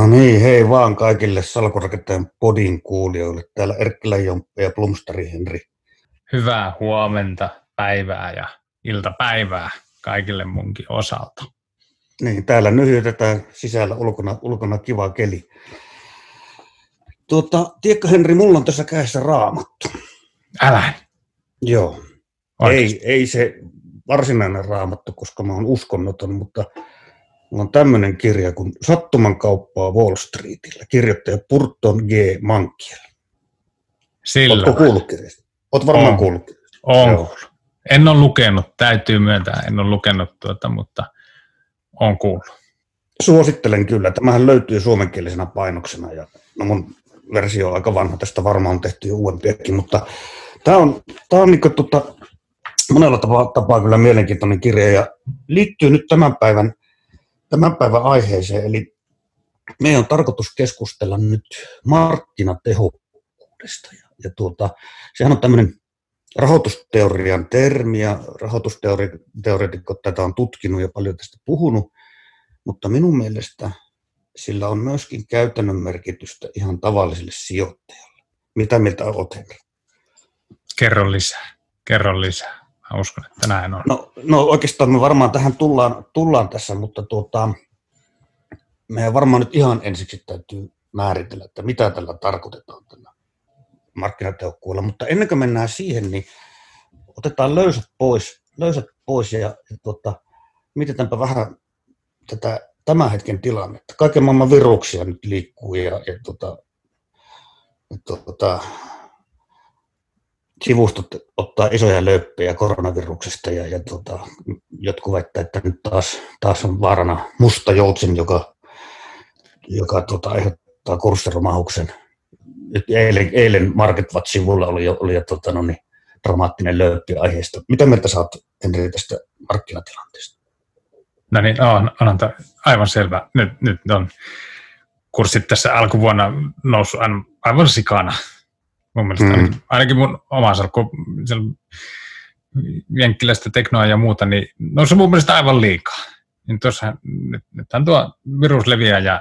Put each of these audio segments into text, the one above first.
No niin, hei vaan kaikille Salkurakentajan podin kuulijoille. Täällä Erkkilä Jomppi ja Plumstari Henri. Hyvää huomenta, päivää ja iltapäivää kaikille munkin osalta. Niin, täällä nyhjytetään sisällä, ulkona kiva keli. Tiedätkö Henri, mulla on tässä kädessä Raamattu. Älä. Joo. Ei se varsinainen Raamattu, koska mä oon uskonnoton, mutta mulla on tämmöinen kirja kuin Sattuman kauppaa Wall Streetillä. Kirjoittaja Burton G. Mankiel. Ootko kuullut kirjasta? Oot varmaan kuullut kirjasta. Oon. En ole lukenut, täytyy myöntää, en ole lukenut mutta oon kuullut. Suosittelen kyllä. Tämähän löytyy suomenkielisenä painoksena. Ja, no mun versio on aika vanha, tästä varmaan on tehty jo uudempiakin, mutta tämä on niin kuin, monella tapaa kyllä mielenkiintoinen kirja ja liittyy nyt tämän päivän aiheeseen. Eli meidän on tarkoitus keskustella nyt markkinatehokkuudesta. Ja sehän on tämmöinen rahoitusteorian termi ja rahoitusteoreetikot tätä on tutkinut ja paljon tästä puhunut, mutta minun mielestä sillä on myöskin käytännön merkitystä ihan tavallisille sijoittajalle. Mitä mieltä olet, Henri? Kerro lisää. Mä uskon, että näin on. No oikeastaan me varmaan tähän tullaan tässä, mutta meidän varmaan nyt ihan ensiksi täytyy määritellä, että mitä tällä tarkoitetaan tällä markkinatehokkuudella. Mutta ennen kuin mennään siihen, niin otetaan löysät pois ja mietitäänpä vähän tätä tämän hetken tilannetta. Kaiken maailman viruksia nyt liikkuu ja sivustot ottaa isoja lööppejä koronaviruksesta ja jotkut väittää, että nyt taas on vaarana musta joutsen, joka aiheuttaa kurssiromahuksen. Eilen MarketWatch-sivulla oli dramaattinen lööppi aiheesta. Mitä mieltä saat, Henri, tästä markkinatilanteesta? No niin, on aivan selvä. Nyt on kurssit tässä alkuvuonna noussut aivan sikana. Mun mielestä ainakin mun oma salkku, jenkkiläistä teknoa ja muuta, niin noussut mun mielestä aivan liikaa. Niin nythän tuo virus leviää ja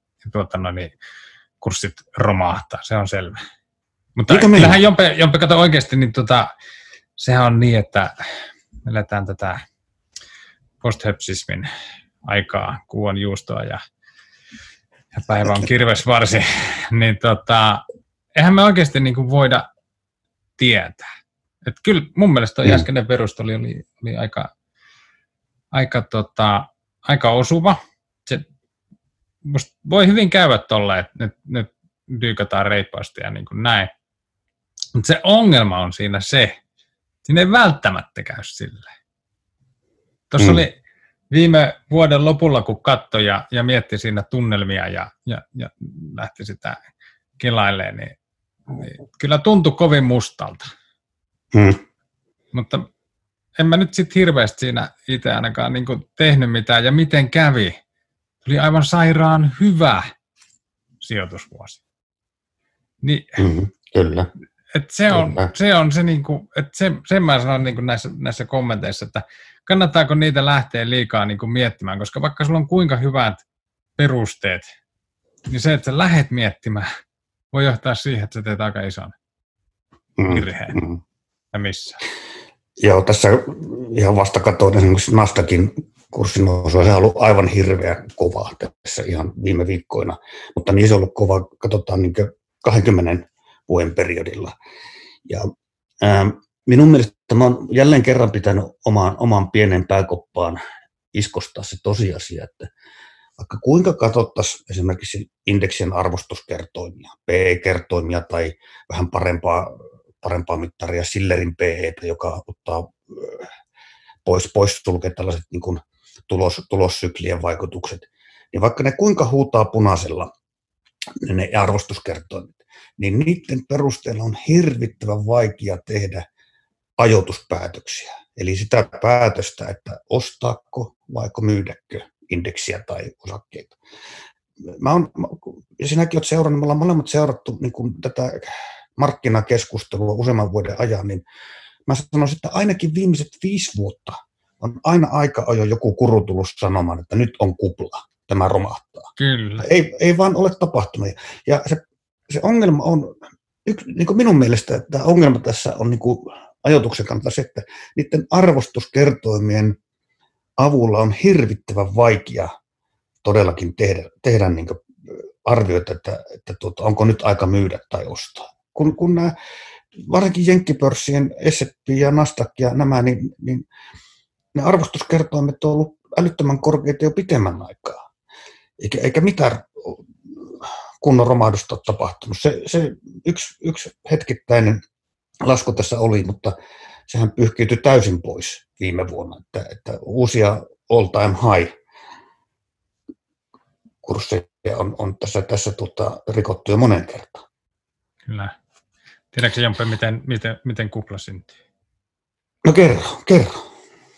kurssit romahtaa, se on selvä. Mutta kyllähän Jompe kato oikeasti, niin sehän on niin, että me eletään tätä posthöpsismin aikaa, kuu on juustoa ja päivä on kirvesvarsi, niin eihän me oikeasti niin kuin voida tietää. Et kyllä mun mielestä tuo äskeinen perustelu oli aika osuva. Se musta voi hyvin käydä tolle, että nyt dyykataan reippaasti ja niin kuin näin. Mutta se ongelma on siinä siinä ei välttämättä käy silleen. Tuossa oli viime vuoden lopulla, kun katsoi ja mietti siinä tunnelmia ja lähti sitä kelailemaan, niin kyllä tuntui kovin mustalta. Mutta en mä nyt sitten hirveästi siinä itse ainakaan niin kuin tehnyt mitään. Ja miten kävi? Tuli aivan sairaan hyvä sijoitusvuosi. Niin, kyllä. Se on se niinku, että sen mä sanon niinku näissä kommenteissa, että kannattaako niitä lähteä liikaa niinku miettimään, koska vaikka sulla on kuinka hyvät perusteet, niin se, että sä lähet miettimään, voi johtaa siihen, että sä teet aika ison virheen. Ja missä? Joo, tässä ihan vasta katsoin esimerkiksi Nasdaqin kurssin nousua, se on ollut aivan hirveä kova tässä ihan viime viikkoina, mutta niin se on ollut kova, katsotaan niin 20 vuoden periodilla. Ja minun mielestä mä oon jälleen kerran pitänyt omaan pienen pääkoppaan iskostaa se tosiasia, että vaikka kuinka katsottaisiin esimerkiksi indeksien arvostuskertoimia, PE-kertoimia tai vähän parempaa mittaria, Shillerin PE, joka ottaa pois sulkee tällaiset niin kuin tulossyklien vaikutukset, niin vaikka ne kuinka huutaa punaisella ne arvostuskertoimet, niin niiden perusteella on hirvittävän vaikea tehdä ajoituspäätöksiä. Eli sitä päätöstä, että ostaako vaiko myydäkö indeksiä tai osakkeita. Ja sinäkin olet seurannut, me ollaan molemmat seurattu niin kuin tätä markkinakeskustelua useamman vuoden ajan, niin mä sanoisin, että ainakin viimeiset 5 vuotta on aina aika ajoin joku kuru tullut sanomaan, että nyt on kupla. tämä romahtaa. Kyllä. Ei vaan ole tapahtunut. Ja se ongelma on, niin kuin minun mielestä, että ongelma tässä on niin kuin ajatuksen kannalta se, että niiden arvostuskertoimien avulla on hirvittävän vaikea todellakin tehdä niin kuin arvioita, että onko nyt aika myydä tai ostaa. Kun nämä, varsinkin jenkkipörssien S&P ja Nasdaq ja nämä, niin ne arvostuskertoimet on ollut älyttömän korkeita jo pitemmän aikaa. Eikä mitään kunnon romahdusta ole tapahtunut. Se yksi hetkittäinen lasku tässä oli, mutta sehän pyyhkiytyi täysin pois viime vuonna. Että uusia all-time high-kursseja on tässä rikottu jo monen kertaan. Kyllä. Tiedätkö, Jompe, miten kupla syntyi? No kerro.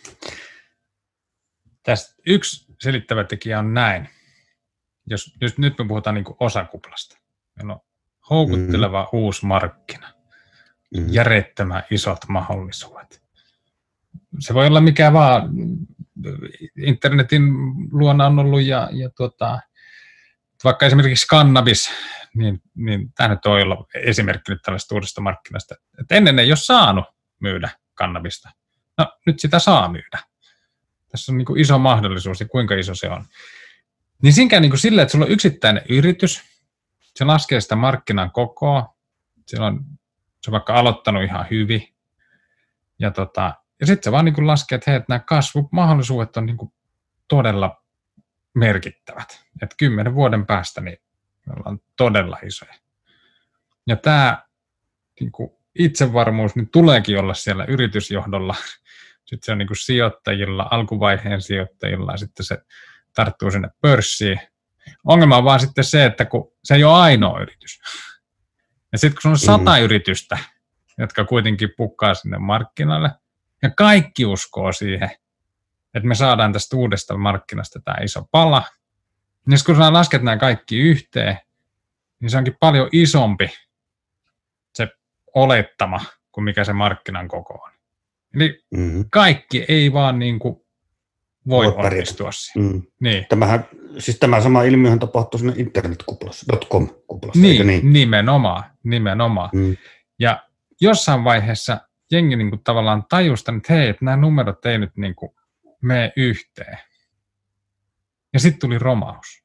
Tästä yksi selittävä tekijä on näin. Jos nyt me puhutaan niin kuin osakuplasta. Meillä on houkutteleva uusi markkina. Järjettömän isot mahdollisuudet. Se voi olla mikä vaan. Internetin luona on ollut vaikka esimerkiksi kannabis, niin tämä nyt voi olla esimerkki nyt tällaista uudesta markkinasta. Et ennen ei ole saanut myydä kannabista. No nyt sitä saa myydä. Tässä on niin kuin iso mahdollisuus ja kuinka iso se on. Niin siinä käy niin kuin silleen, että sulla on yksittäinen yritys, se laskee sitä markkinan kokoa, se on vaikka aloittanut ihan hyvin, ja sitten se vaan niin kuin laskee, että hei, että nämä kasvumahdollisuudet on niin kuin todella merkittävät. Että 10 vuoden päästä niin me ollaan todella isoja. Ja tämä niin kuin itsevarmuus niin tuleekin olla siellä yritysjohdolla, sitten se on niin kuin sijoittajilla, alkuvaiheen sijoittajilla, ja sitten se tarttuu sinne pörssiin. Ongelma on vaan sitten se, että kun se ei ole ainoa yritys. Ja sitten kun se on 100 yritystä, jotka kuitenkin pukkaa sinne markkinalle, ja kaikki uskoo siihen, että me saadaan tästä uudesta markkinasta tämä iso pala, niin kun sä lasket nämä kaikki yhteen, niin se onkin paljon isompi se olettama kuin mikä se markkinan koko on. Eli kaikki ei vaan niin kuin voi onnistua siinä. Niin. Tämä sama ilmiöhän tapahtuu siinä internetkuplassa, .com-kuplassa, niin, eikö niin? Nimenomaan. Ja jossain vaiheessa jengi niin kuin tavallaan tajusta, että hei, että nämä numerot ei nyt niin kuin mene yhteen. Ja sitten tuli romaus.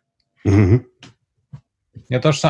Ja tuossa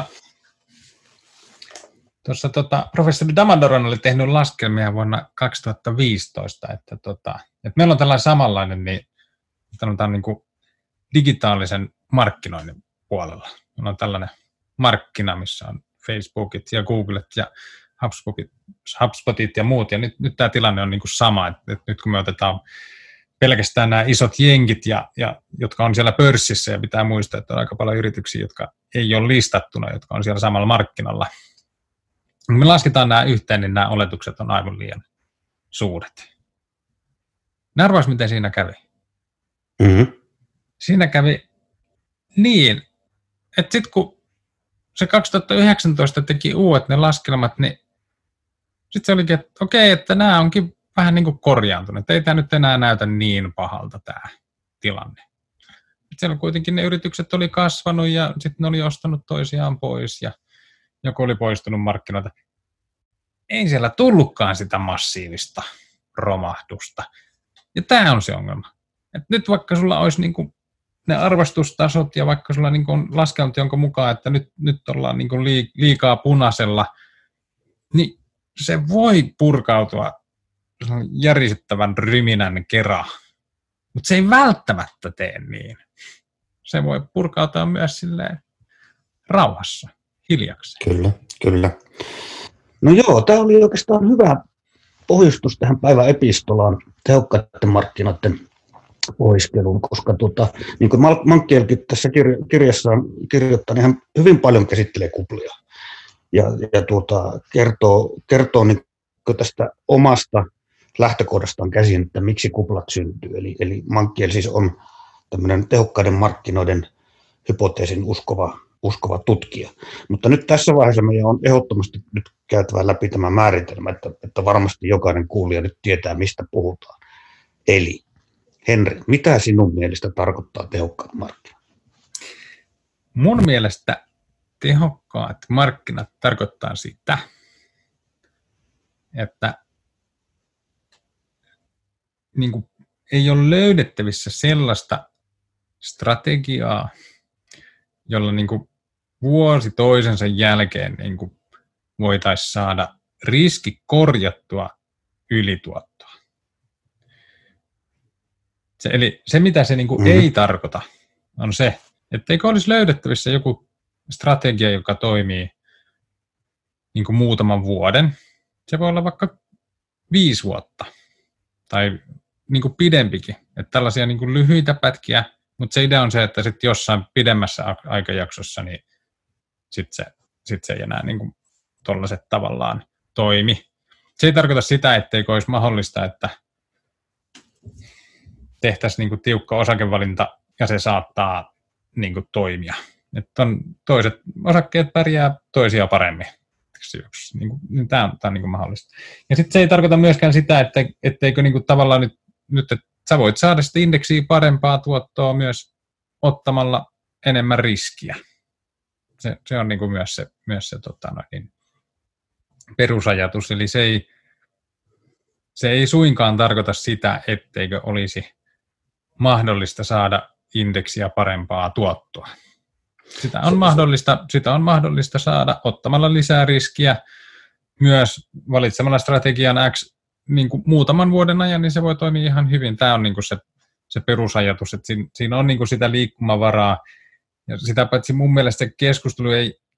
professori Damodaran oli tehnyt laskelmia vuonna 2015, että meillä on tällainen samanlainen niin kuin digitaalisen markkinoinnin puolella. Meillä on tällainen markkina, missä on Facebookit ja Googlet ja HubSpotit ja muut. Ja nyt tämä tilanne on niin kuin sama, että nyt kun me otetaan pelkästään nämä isot jenkit, jotka on siellä pörssissä, ja pitää muistaa, että on aika paljon yrityksiä, jotka ei ole listattuna, jotka on siellä samalla markkinalla. Kun me lasketaan nämä yhteen, niin nämä oletukset on aivan liian suuret. Arvaisi, miten siinä kävi? Siinä kävi niin, että sitten kun se 2019 teki uudet ne laskelmat, niin sitten se olikin, että okei, että nämä onkin vähän niin kuin korjaantunut. Ei tämä nyt enää näytä niin pahalta tämä tilanne. Siellä kuitenkin ne yritykset oli kasvanut ja sitten ne oli ostanut toisiaan pois ja joku oli poistunut markkinoilta. Ei siellä tullutkaan sitä massiivista romahdusta. Ja tämä on se ongelma. Et nyt vaikka sulla olisi niin kuin ne arvostustasot ja vaikka sulla niin kuin on laskelmat, jonka mukaan, että nyt ollaan niin kuin liikaa punaisella, niin se voi purkautua järisyttävän ryminän kera. Mutta se ei välttämättä tee niin. Se voi purkautua myös silleen rauhassa, hiljakseen. Kyllä. No joo, tämä oli oikeastaan hyvä pohjustus tähän päivän epistolaan tehokkaiden markkinoiden poiskeluun, koska niin kuin Mankkielkin tässä kirjassaan kirjoittaa, niin hän hyvin paljon käsittelee kuplia ja kertoo niin tästä omasta lähtökohdastaan käsin, että miksi kuplat syntyy. Eli Mankkiel siis on tämmöinen tehokkaiden markkinoiden hypoteesin uskova tutkija. Mutta nyt tässä vaiheessa meidän on ehdottomasti nyt käytävä läpi tämä määritelmä, että varmasti jokainen kuulija nyt tietää, mistä puhutaan. Eli Henri, mitä sinun mielestä tarkoittaa tehokkaat markkinat? mun mielestä tehokkaat markkinat tarkoittaa sitä, että niin kuin ei ole löydettävissä sellaista strategiaa, jolla niin kuin vuosi toisensa jälkeen niin kuin voitaisiin saada riski korjattua ylituottoa. Eli se, mitä se niin kuin ei tarkoita, on se, etteikö olisi löydettävissä joku strategia, joka toimii niin kuin muutaman vuoden. Se voi olla vaikka 5 vuotta tai niin kuin pidempikin. Että tällaisia niin kuin lyhyitä pätkiä, mutta se idea on se, että sitten jossain pidemmässä aikajaksossa niin sit se ei enää niin kuin tollaiset tavallaan toimi. Se ei tarkoita sitä, etteikö olisi mahdollista, että tehtäisiin niin kuin tiukka osakevalinta ja se saattaa niin kuin toimia. Että on toiset osakkeet pärjää toisia paremmin. Niin tämä on niin kuin mahdollista. Ja sitten se ei tarkoita myöskään sitä, etteikö niin kuin tavallaan nyt että sä voit saada sitä indeksiä parempaa tuottoa myös ottamalla enemmän riskiä. Se on niin kuin myös se perusajatus. Eli se ei suinkaan tarkoita sitä, etteikö olisi mahdollista saada indeksiä parempaa tuottoa. Sitä on mahdollista saada ottamalla lisää riskiä, myös valitsemalla strategian X niin kuin muutaman vuoden ajan, niin se voi toimia ihan hyvin. Tämä on niin kuin se perusajatus, että siinä on niin kuin sitä liikkumavaraa, ja sitä paitsi mun mielestä se keskustelu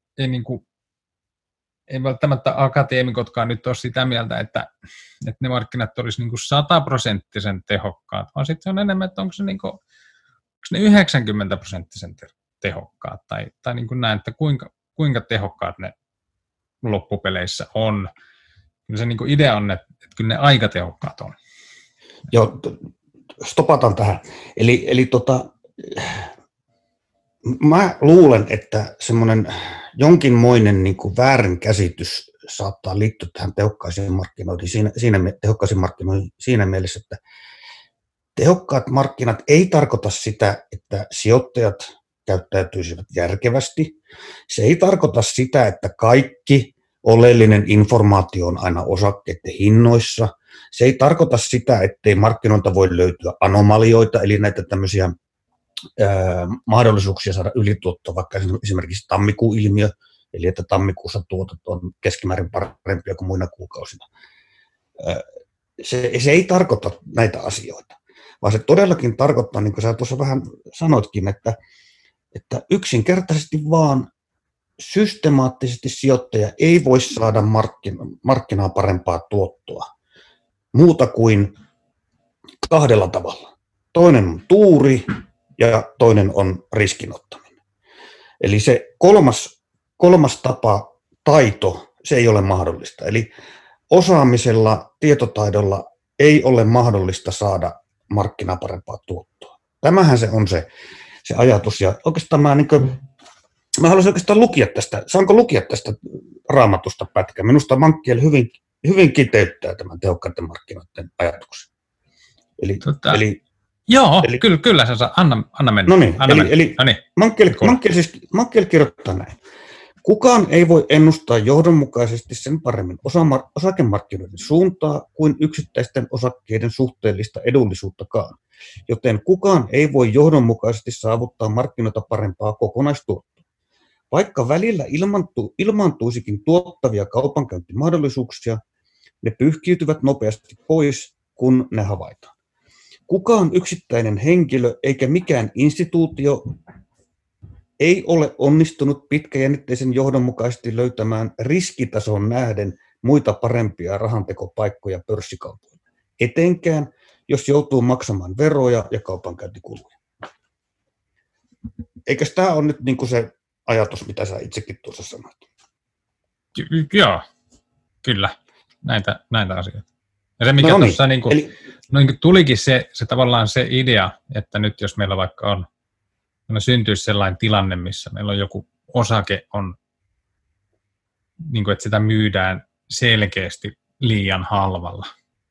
ei välttämättä akateemikotkaan nyt ole sitä mieltä, että ne markkinat olisi niin kuin 100% tehokkaat, vaan sitten se on enemmän, että onko ne 90% tehokkaat, tai niin kuin näin, että kuinka tehokkaat ne loppupeleissä on. Kyllä se niin kuin idea on, että kyllä ne aika tehokkaat on. Joo, stopataan tähän. Eli mä luulen, että semmoinen jonkinmoinen niin kuin väärinkäsitys saattaa liittyä tähän tehokkaisiin markkinoihin siinä mielessä, että tehokkaat markkinat ei tarkoita sitä, että sijoittajat käyttäytyisivät järkevästi. Se ei tarkoita sitä, että kaikki oleellinen informaatio on aina osakkeiden hinnoissa. Se ei tarkoita sitä, ettei markkinoilta voi löytyä anomalioita, eli näitä tämmöisiä mahdollisuuksia saada ylituottoa, vaikka esimerkiksi tammikuun ilmiö, eli että tammikuussa tuotot on keskimäärin parempia kuin muina kuukausina. Se ei tarkoita näitä asioita, vaan se todellakin tarkoittaa, niin kuin sä tuossa vähän sanoitkin, että yksinkertaisesti vaan systemaattisesti sijoittaja ei voi saada markkinaa parempaa tuottoa muuta kuin 2 tavalla. Toinen on tuuri ja toinen on riskinottaminen. Eli se kolmas tapa, taito, se ei ole mahdollista. Eli osaamisella, tietotaidolla ei ole mahdollista saada markkinaa parempaa tuottoa. Tämähän se on se ajatus. Ja oikeastaan mä haluaisin oikeastaan lukea tästä, saanko lukea tästä Raamatusta pätkää? Minusta Mankkiel hyvin kiteyttää tämän tehokkaiden markkinoiden ajatuksen. Joo, kyllä se saa. Anna mennä. No niin, Mankkiel kirjoittaa näin. Kukaan ei voi ennustaa johdonmukaisesti sen paremmin osakemarkkinoiden suuntaa kuin yksittäisten osakkeiden suhteellista edullisuuttakaan, joten kukaan ei voi johdonmukaisesti saavuttaa markkinoita parempaa kokonaistuottoa. Vaikka välillä ilmaantuisikin tuottavia kaupankäyntimahdollisuuksia, ne pyyhkiytyvät nopeasti pois, kun ne havaitaan. Kukaan yksittäinen henkilö eikä mikään instituutio ei ole onnistunut pitkäjännitteisen johdonmukaisesti löytämään riskitason nähden muita parempia rahantekopaikkoja pörssikaupoille, etenkään jos joutuu maksamaan veroja ja kaupankäyntikuluja. Eikös tämä ole nyt niin kuin se ajatus, mitä sä itsekin tuossa sanoit? Joo, kyllä. Näitä asioita. Ja se, mikä tuossa niin tulikin se tavallaan se idea, että nyt jos meillä vaikka on syntyisi sellainen tilanne, missä meillä on joku osake, niin kuin, että sitä myydään selkeästi liian halvalla.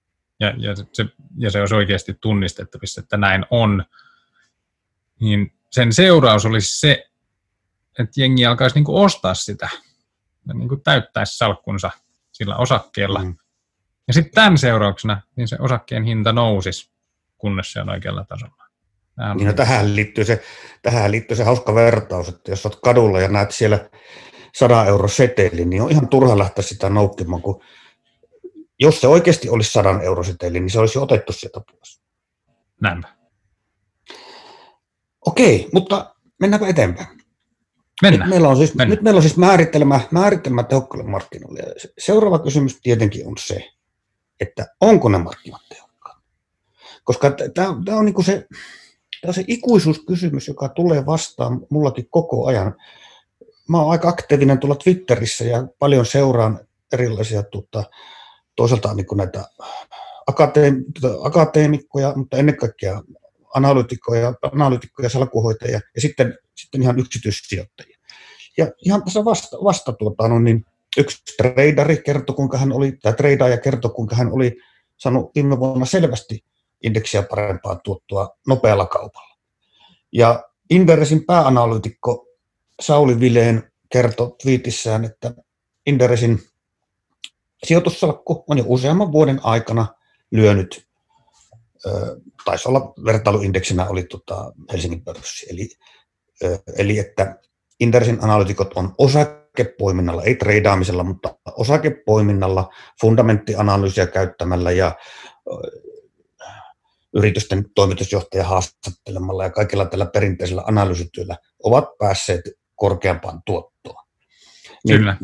Ja se olisi oikeasti tunnistettavissa, että näin on. Niin sen seuraus olisi se, että jengi alkaisi niin kuin ostaa sitä ja niin kuin täyttäisi salkkunsa sillä osakkeella. Ja sitten tämän seurauksena niin se osakkeen hinta nousisi, kunnes se on oikealla tasolla. Niin, tähän liittyy se hauska vertaus, että jos olet kadulla ja näet siellä 100 € seteli, niin on ihan turha lähteä sitä noukkimaan, kun jos se oikeasti olisi 100 € seteli, niin se olisi jo otettu sieltä pois. Näinpä. Okei, mutta mennäänpä eteenpäin. Mennään. Nyt meillä on siis määritelmä tehokkaille markkinoille. Ja seuraava kysymys tietenkin on se, että onko ne markkinat tehokkaat? Koska tämä on niinku se ikuisuuskysymys, joka tulee vastaan mullakin koko ajan. Mä oon aika aktiivinen tuolla Twitterissä ja paljon seuraan erilaisia toisaalta niin kuin näitä akateemikkoja, mutta ennen kaikkea analyytikkoja, salkuhoitajia ja sitten ihan yksityissijoittajia. Ja ihan tässä vasta niin yksi treidaaja kertoi, kuinka hän oli saanut viime vuonna selvästi indeksiä parempaa tuottoa nopealla kaupalla. Ja Inderesin pääanalyytikko Sauli Vilén kertoi twiitissään, että Inderesin sijoitussalkku on jo useamman vuoden aikana lyönyt, taisi olla vertailuindeksinä oli Helsingin pörssi, eli että Inderesin analyytikot on osakepoiminnalla, ei treidaamisella, mutta osakepoiminnalla, fundamenttianalyysiä käyttämällä ja yritysten toimitusjohtaja haastattelemalla ja kaikilla tällä perinteisellä analyysityöllä ovat päässeet korkeampaan tuottoon. Kyllä.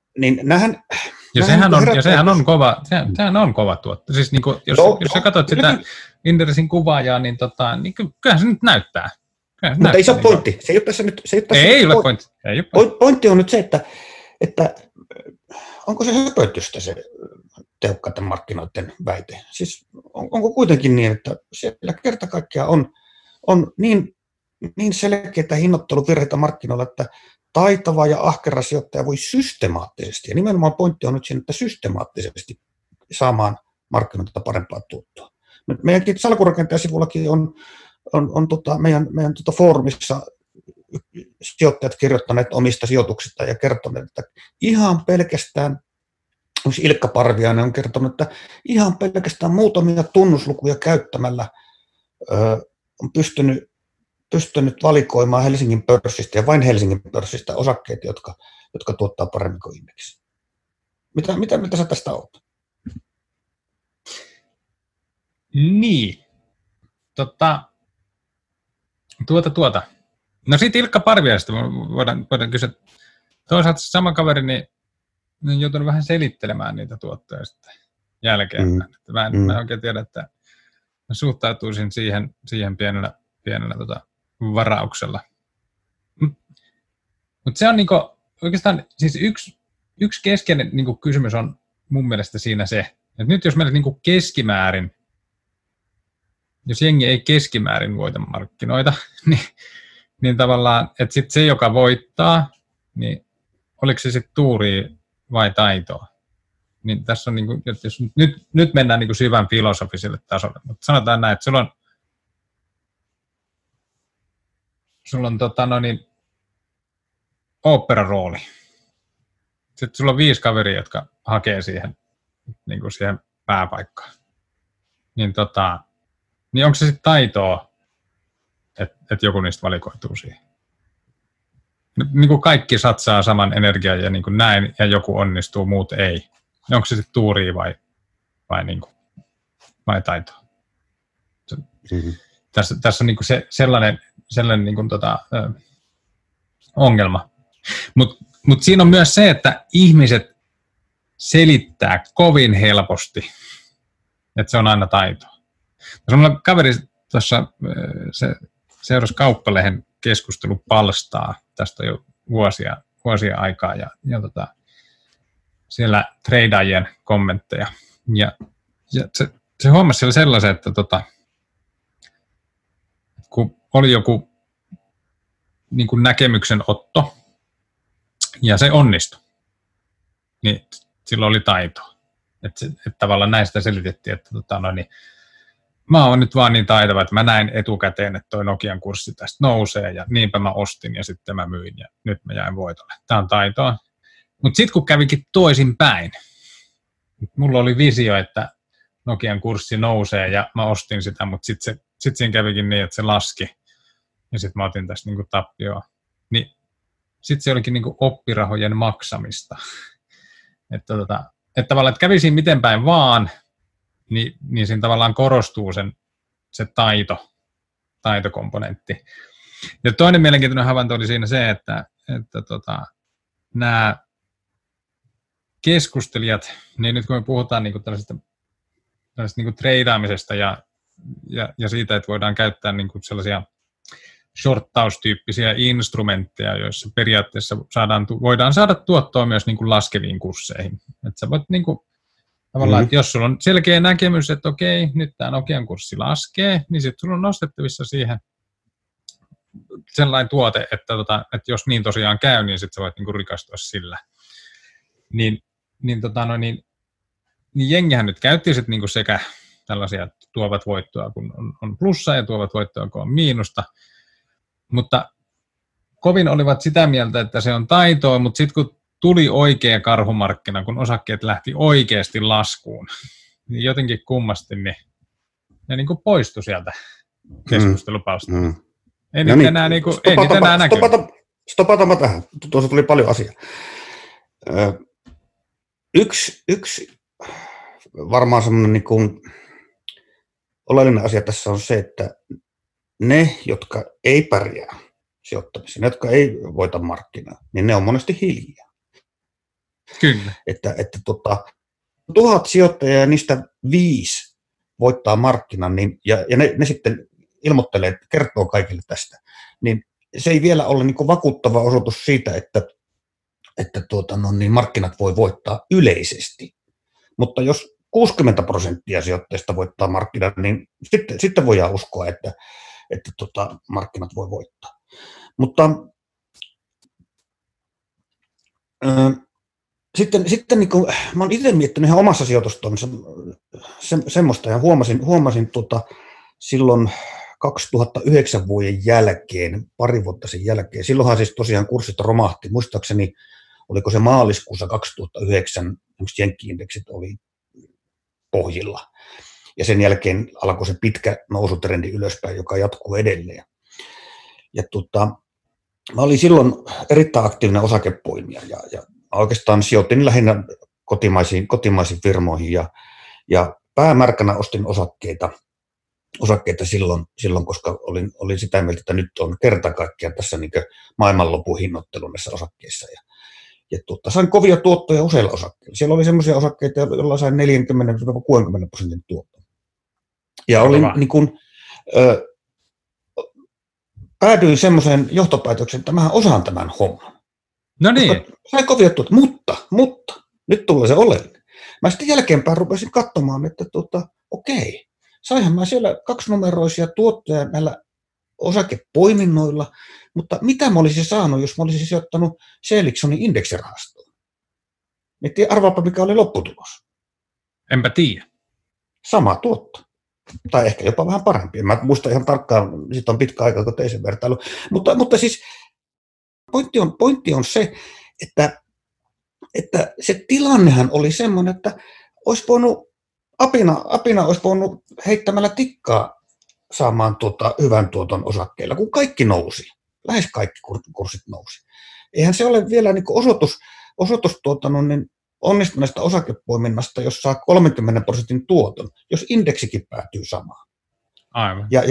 Sehän on kova tuotto. Siis niin kuin, jos sä katsot sitä Inderesin kuvaajaa, niin kyllähän se nyt näyttää. Mutta ei se ole pointti. Se ei ole tässä nyt. Ei ole pointti. Pointti on nyt se, että onko se höpötystä se tehokkaiden markkinoiden väite. Siis onko kuitenkin niin, että siellä kerta kaikkiaan on niin selkeitä hinnoitteluvirheitä markkinoilla, että taitava ja ahkera sijoittaja voi systemaattisesti, ja nimenomaan pointti on nyt siinä, että systemaattisesti saamaan markkinoilta parempaa tuottoa. Meidänkin salkurakentaja-sivullakin on meidän foorumissa sijoittajat kirjoittaneet omista sijoituksista ja kertoneet, että ihan pelkästään, Ilkka Parviainen on kertonut, että ihan pelkästään muutamia tunnuslukuja käyttämällä on pystynyt valikoimaan Helsingin pörssistä ja vain Helsingin pörssistä osakkeet, jotka tuottaa paremmin kuin indeksi. Mitä sä tästä olet? Niin. No sitten Ilkka Parviaisesta voidaan kysyä. Toisaalta se sama kaveri niin on joutunut vähän selittelemään niitä tuottoja sitten jälkeen. Mä en oikein tiedä, että mä suhtautuisin siihen pienellä varauksella. Mutta se on niinku, oikeastaan siis yksi keskeinen niinku kysymys on mun mielestä siinä se, että nyt jos meillä niinku keskimäärin, jos jengi ei keskimäärin voita markkinoita, niin tavallaan, että sitten se, joka voittaa, niin oliko se sitten tuuria vai taitoa? Niin tässä on, niinku, jos nyt mennään niinku syvän filosofiselle tasolle, mutta sanotaan näin, että sulla on oopperarooli. Sitten sulla on 5 kaveria, jotka hakee siihen pääpaikkaan. Niin onko se sitten taitoa, että joku niistä valikoituu siihen? Niin kuin kaikki satsaa saman energian ja niin kuin näin, ja joku onnistuu, muut ei. Niin onko se sitten tuuria vai taitoa? Mm-hmm. Tässä on niin kuin sellainen niin kuin ongelma. Mut siinä on myös se, että ihmiset selittää kovin helposti, että se on aina taitoa. Minulla kaveri tuossa se seurasi Kauppalehden keskustelupalstaa tästä jo vuosia aikaa ja siellä treidaajien kommentteja. Ja se huomasi siellä sellaisen, että kun oli joku niin kuin näkemyksen otto ja se onnistui, niin silloin oli taitoa. Että tavallaan näistä selitettiin, että mä oon nyt vaan niin taitava, että mä näin etukäteen, että toi Nokian kurssi tästä nousee ja niinpä mä ostin ja sitten mä myin ja nyt mä jäin voitolle. Tää on taitoa. Mutta sitten kun kävikin toisin päin, mulla oli visio, että Nokian kurssi nousee ja mä ostin sitä, mutta sitten siinä kävikin niin, että se laski ja sitten mä otin tästä niinku tappioa. Niin sitten se olikin niinku oppirahojen maksamista. Että tavallaan, että kävi siinä miten päin vaan, niin siinä tavallaan korostuu se taitokomponentti. Ja toinen mielenkiintoinen havainto oli siinä se, että nämä keskustelijat, niin nyt kun me puhutaan niin tällaisesta niin treidaamisesta ja siitä, että voidaan käyttää niin sellaisia shorttaustyyppisiä instrumentteja, joissa periaatteessa voidaan saada tuottoa myös niin laskeviin kursseihin. Että sä voit tavallaan, että jos sulla on selkeä näkemys, että okei, nyt tämä Nokian kurssi laskee, niin sitten sulla on nostettavissa siihen sellainen tuote, että jos niin tosiaan käy, niin sitten sä voit rikastua sillä. Niin jengihän nyt käytti sitten sekä tällaisia tuovat voittoa, kun on plussa ja tuovat voittoa, kun on miinusta. Mutta kovin olivat sitä mieltä, että se on taitoa, mutta sitten kun tuli oikea karhumarkkina, kun osakkeet lähti oikeasti laskuun, niin jotenkin kummasti ne poistui sieltä keskustelupausta. Ei nyt enää näkynyt. Stopataanpa tähän. Tuossa tuli paljon asiaa. Yksi varmaan semmoinen oleellinen asia tässä on se, että ne, jotka ei pärjää sijoittamisessa, ne, jotka ei voita markkinaa, niin ne on monesti hiljaa. Kyllä. Että 1000 sijoittajaa ja niistä 5 voittaa markkinan, niin, ja ne sitten ilmoittelee, että kertoo kaikille tästä, niin se ei vielä ole vakuuttava osoitus siitä, että markkinat voi voittaa yleisesti. Mutta jos 60% sijoittajista voittaa markkinat, niin sitten voidaan uskoa, että markkinat voi voittaa. Mutta sitten mä olen itse miettinyt ihan omassa sijoitustoimissa semmoista, ja huomasin silloin 2009 vuoden jälkeen, pari vuotta sen jälkeen, silloinhan siis tosiaan kurssit romahti, muistaakseni oliko se maaliskuussa 2009, jenkki-indeksit oli pohjilla. Ja sen jälkeen alkoi se pitkä nousutrendi ylöspäin, joka jatkuu edelleen. Ja mä olin silloin erittäin aktiivinen osakepoimija ja oikeastaan sijoitin lähinnä kotimaisiin firmoihin ja päämärkänä ostin osakkeita silloin, koska olin sitä mieltä, että nyt on kerta kaikkiaan tässä maailmanlopun hinnoittelu näissä osakkeissa. Ja sain kovia tuottoja useilla osakkeilla. Siellä oli semmoisia osakkeita, joilla sain 40-60% tuottoa. Ja olin päädyin semmoiseen johtopäätökseen, että mä osaan tämän homman. No niin. Sain kovia tuottoja, mutta nyt tulee se oleellinen. Mä sitten jälkeenpäin rupesin katsomaan, että okei, saihan mä siellä 2-numeroisia tuottoja näillä osakepoiminnoilla, mutta mitä mä olisin saanut, jos mä olisin sijoittanut Seeliksonin indeksirahastoon? Niin arvaapa, mikä oli lopputulos. Enpä tiedä. Sama tuotto. Tai ehkä jopa vähän parempi. Mä muistan ihan tarkkaan, siitä on pitkä aika, kun tein sen vertailu. Mutta siis pointti on se, että se tilannehan oli semmoinen, että olisi voinut, apina olisi voinut heittämällä tikkaa saamaan hyvän tuoton osakkeilla, kun kaikki nousi. Lähes kaikki kurssit nousi. Eihän se ole vielä osoitus onnistuneesta osakepoiminnasta, jos saa 30% tuoton, jos indeksikin päätyy samaan. Aivan. Ja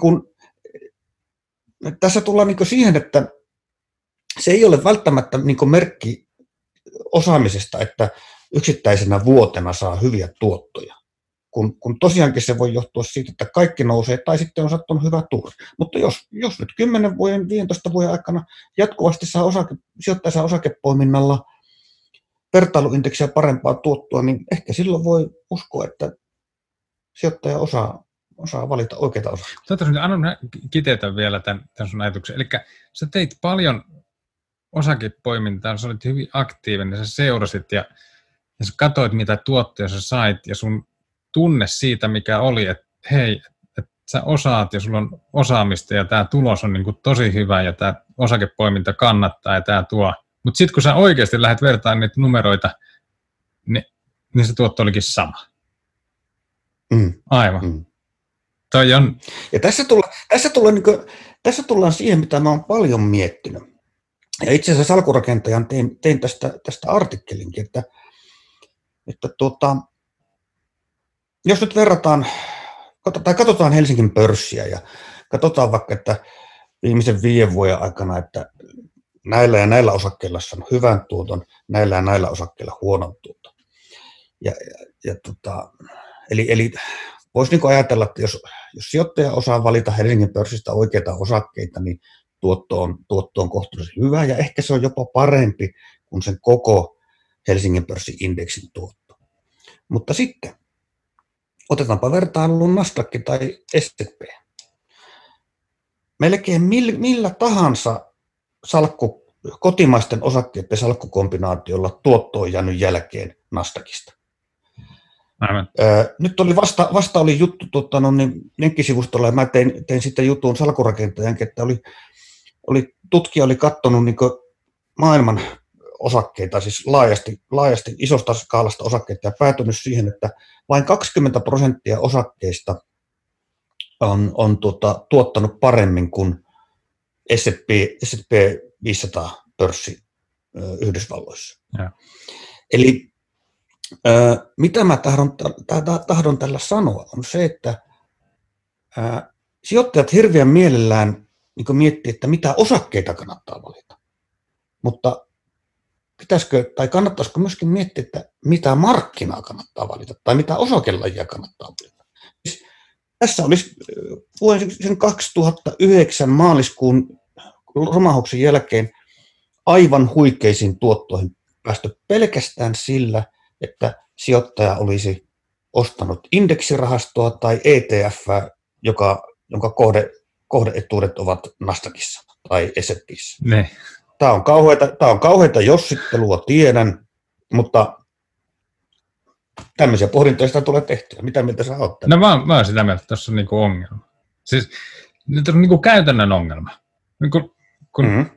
tässä tullaan siihen, että se ei ole välttämättä merkki osaamisesta, että yksittäisenä vuotena saa hyviä tuottoja. Kun tosiaankin se voi johtua siitä, että kaikki nousee tai sitten on sattunut hyvä tuuri. Mutta jos nyt 10 vuoden, 15 vuoden aikana jatkuvasti sijoittaja saa osakepoiminnalla vertailuindeksiä parempaa tuottoa, niin ehkä silloin voi uskoa, että sijoittaja osaa valita oikeita osaa. Anna kiteytä vielä tämän sun ajatuksen. Eli sä teit paljon osakepoimintaa, sä olit hyvin aktiivinen, sä seurasit ja sä katsoit, mitä tuottoja sä sait, ja sun tunne siitä, mikä oli, että hei, että sä osaat ja sulla on osaamista ja tämä tulos on niin kuin tosi hyvä ja tämä osakepoiminta kannattaa ja tämä tuo. Mutta sitten kun sä oikeasti lähdet vertaamaan niitä numeroita, niin se tuotto olikin sama. Aivan. Toi on... Ja tässä tullaan siihen, mitä mä oon paljon miettinyt. Ja itse asiassa salkurakentajan tein tästä artikkelinkin, että jos nyt verrataan, tai katsotaan Helsingin pörssiä ja katsotaan vaikka, että viimeisen 5 vuoden aikana, että näillä ja näillä osakkeilla on hyvän tuoton, näillä ja näillä osakkeilla huonon tuoton. Eli voisi niin ajatella, että jos sijoittaja osaa valita Helsingin pörssistä oikeita osakkeita, niin tuotto on kohtuullisen hyvä ja ehkä se on jopa parempi kuin sen koko Helsingin pörssiindeksin tuotto. Mutta sitten otetaanpa vertailuun Nasdaq tai S&P. Melkein millä tahansa kotimaisten osakkeiden salkkukombinaatiolla tuotto on jäänyt jälkeen Nasdaqista. Nyt oli vasta oli juttu nettisivustalla ja mä tein sitten jutun salkurakentajan, että tutkija oli katsonut niin maailman osakkeita, siis laajasti isosta skaalasta osakkeita ja päätynyt siihen, että vain 20% osakkeista on tuottanut paremmin kuin S&P 500 pörssi Yhdysvalloissa. Ja. Eli mitä mä tahdon tällä sanoa on se, että sijoittajat hirveän mielellään niin miettii, että mitä osakkeita kannattaa valita, mutta kannattaisiko myöskin miettiä, että mitä markkinaa kannattaa valita tai mitä osakelajia kannattaa valita. Siis tässä olisi vuoden 2009 maaliskuun romahduksen jälkeen aivan huikeisiin tuottoihin päästy pelkästään sillä, että sijoittaja olisi ostanut indeksirahastoa tai ETF, jonka kohdeetuudet ovat Nasdaqissa tai S&P:ssä. Tämä on kauheata jossittelua, tiedän, mutta tämmöisiä pohdintoja sitä tulee tehtyä. Mitä mieltä sä oot? No mä oon sitä mieltä, että tässä on niinku ongelma. Siis nyt on niinku käytännön ongelma. Kun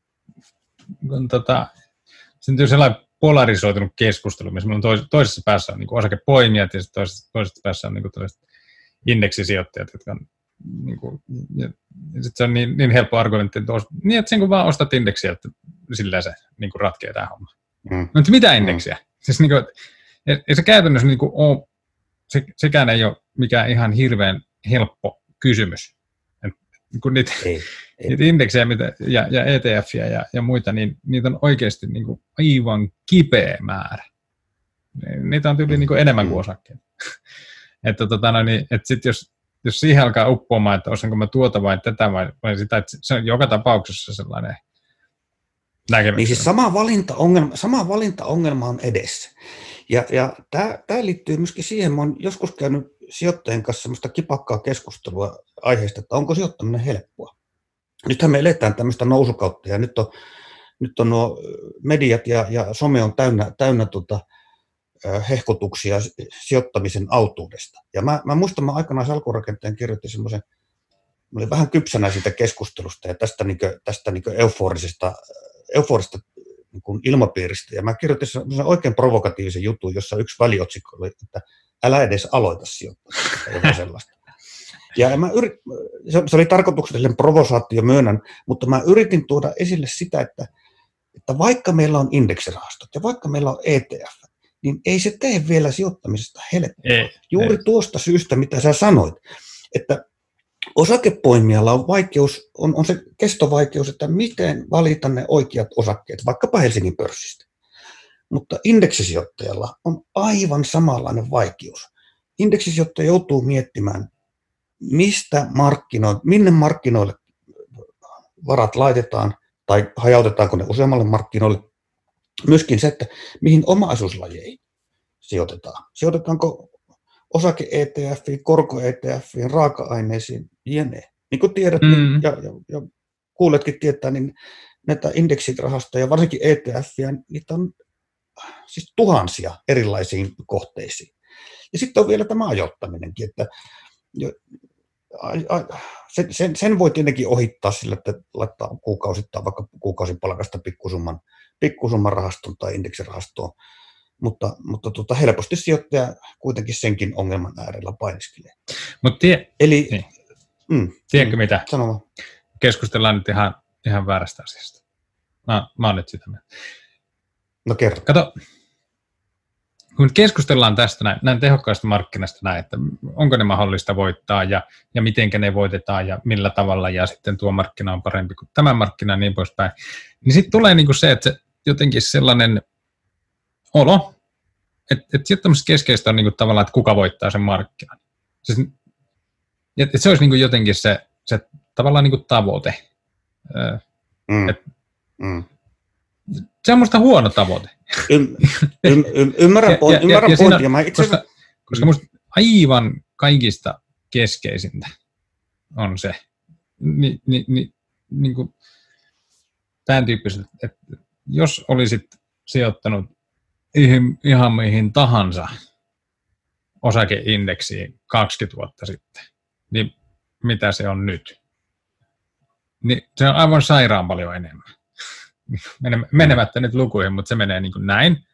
syntyy sellainen polarisoitunut keskustelu, missä meillä on toisessa päässä on niinku osakepoimijat ja toisessa päässä on niinku indeksisijoittajat, jotka on niinku, ja sit se on niin helppo argumentti, että sen kun vaan ostat indeksiä, että sillä se niinku ratkee tämä homma. Mutta mitä indeksiä? Siis niinku, ei se käytännössä niinku ole, sekään ei ole mikään ihan hirveän helppo kysymys. Kun niitä indeksejä ja ETF:iä ja muita, niin niitä on oikeasti niinku aivan kipeä määrä. Niitä on tyyli niinku enemmän kuin osakkeita. Että sit jos siihen alkaa uppoamaan, että osanko mä tuota vai tätä vai sitä, että se on joka tapauksessa sellainen näkemys. Niin siis sama valintaongelma on edessä. Ja tämä liittyy myöskin siihen, mä oon joskus käynyt sijoittajien kanssa semmoista kipakkaa keskustelua aiheesta, että onko sijoittaminen helppoa. Nythän me eletään tämmöistä nousukautta ja nyt on nuo mediat ja some on täynnä hehkutuksia sijoittamisen autuudesta. Ja mä muistan, mä aikanaan salkurakentajan kirjoitin semmoisen, mä olin vähän kypsänä siitä keskustelusta ja tästä euforisesta niin kuin ilmapiiristä. Ja mä kirjoitin semmoisen oikein provokatiivisen jutun, jossa yksi väliotsikko oli, että älä edes aloita sijoittamista, jotain sellaista. Ja se oli tarkoituksellinen provosaatio, myönnän, mutta mä yritin tuoda esille sitä, että vaikka meillä on indeksirahastot ja vaikka meillä on ETF, niin ei se tee vielä sijoittamisesta helppoa. Juuri tuosta syystä, mitä sä sanoit, että osakepoimijalla on vaikeus, on se kestovaikeus, että miten valita ne oikeat osakkeet, vaikkapa Helsingin pörssistä. Mutta indeksisijoittajalla on aivan samanlainen vaikeus. Indeksisijoittaja joutuu miettimään, minne markkinoille varat laitetaan tai hajautetaanko ne useammalle markkinoille. Myöskin se, että mihin omaisuuslajeihin sijoitetaan. Sijoitetaanko osake-ETFiin, korko-ETFiin, raaka-aineisiin, jne. Niin kuin tiedät ja kuuletkin tietää, niin näitä indeksirahastoja, varsinkin ETFiä, niitä on siis tuhansia erilaisiin kohteisiin. Ja sitten on vielä tämä ajoittaminenkin, että Sen voi tietenkin ohittaa sillä, että laittaa kuukausittain vaikka kuukausipalkasta pikkusumman rahastoon tai indeksirahastoon, mutta helposti sijoittaja kuitenkin senkin ongelman äärellä painiskelee. Eli tiedätkö mitä? Sanoma. Keskustellaan nyt ihan väärästä asiasta. Mä oon nyt sitä mieltä. No kerro. Kato, kun keskustellaan tästä näin tehokkaasta markkinasta näin, että onko ne mahdollista voittaa ja mitenkä ne voitetaan ja millä tavalla ja sitten tuo markkina on parempi kuin tämä markkina ja niin poispäin, niin sitten tulee niinku se, että se jotenkin sellainen olo, että sijoittamisessa keskeistä on niinku tavallaan, että kuka voittaa sen markkinan. Että se olisi niinku jotenkin se tavallaan niinku tavoite. Se on musta huono tavoite. Ymmärrän pointin. Koska musta aivan kaikista keskeisintä on se, niin kuin tämän tyyppiset, että jos olisit sijoittanut ihan mihin tahansa osakeindeksiin 20 vuotta sitten, niin mitä se on nyt? Niin se on aivan sairaan paljon enemmän. Menemättä nyt lukuihin, mutta se menee niin kuin näin.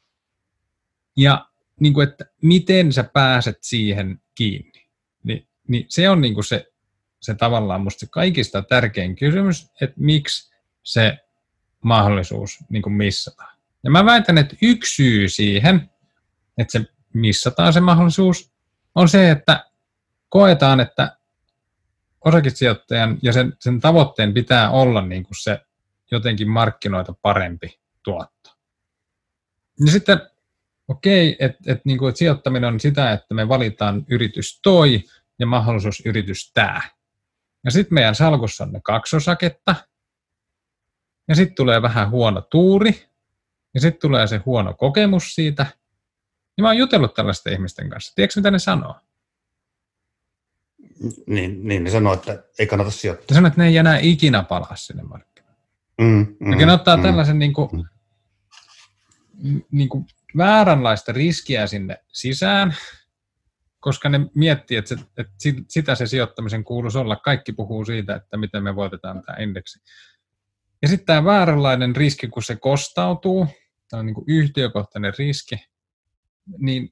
Ja niin kuin, että miten sä pääset siihen kiinni, niin se on niin kuin se tavallaan musta se kaikista tärkein kysymys, että miksi se mahdollisuus niin kuin missataan. Ja mä väitän, että yksi syy siihen, että se missataan se mahdollisuus, on se, että koetaan, että osakesijoittajan ja sen tavoitteen pitää olla niin kuin se jotenkin markkinoita parempi tuotto. Ja sitten että niinku, että sijoittaminen on sitä, että me valitaan yritys toi ja mahdollisuus yritys tää. Ja sitten meidän salkussa on ne 2 osaketta. Ja sitten tulee vähän huono tuuri. Ja sitten tulee se huono kokemus siitä. Ja mä oon jutellut tällaisten ihmisten kanssa. Tiedätkö mitä ne sanoo? Niin ne sanoo, että ei kannata sijoittaa. Ne sanoo, että ne ei enää ikinä palaa sinne markkinoille. Ne ottaa tällaisen niinku vääränlaista riskiä sinne sisään, koska ne miettii, että sitä se sijoittamisen kuuluisi olla. Kaikki puhuu siitä, että miten me voitetaan tämä indeksi. Ja sitten tämä vääränlainen riski, kun se kostautuu, tämä on niin kuin yhtiökohtainen riski, niin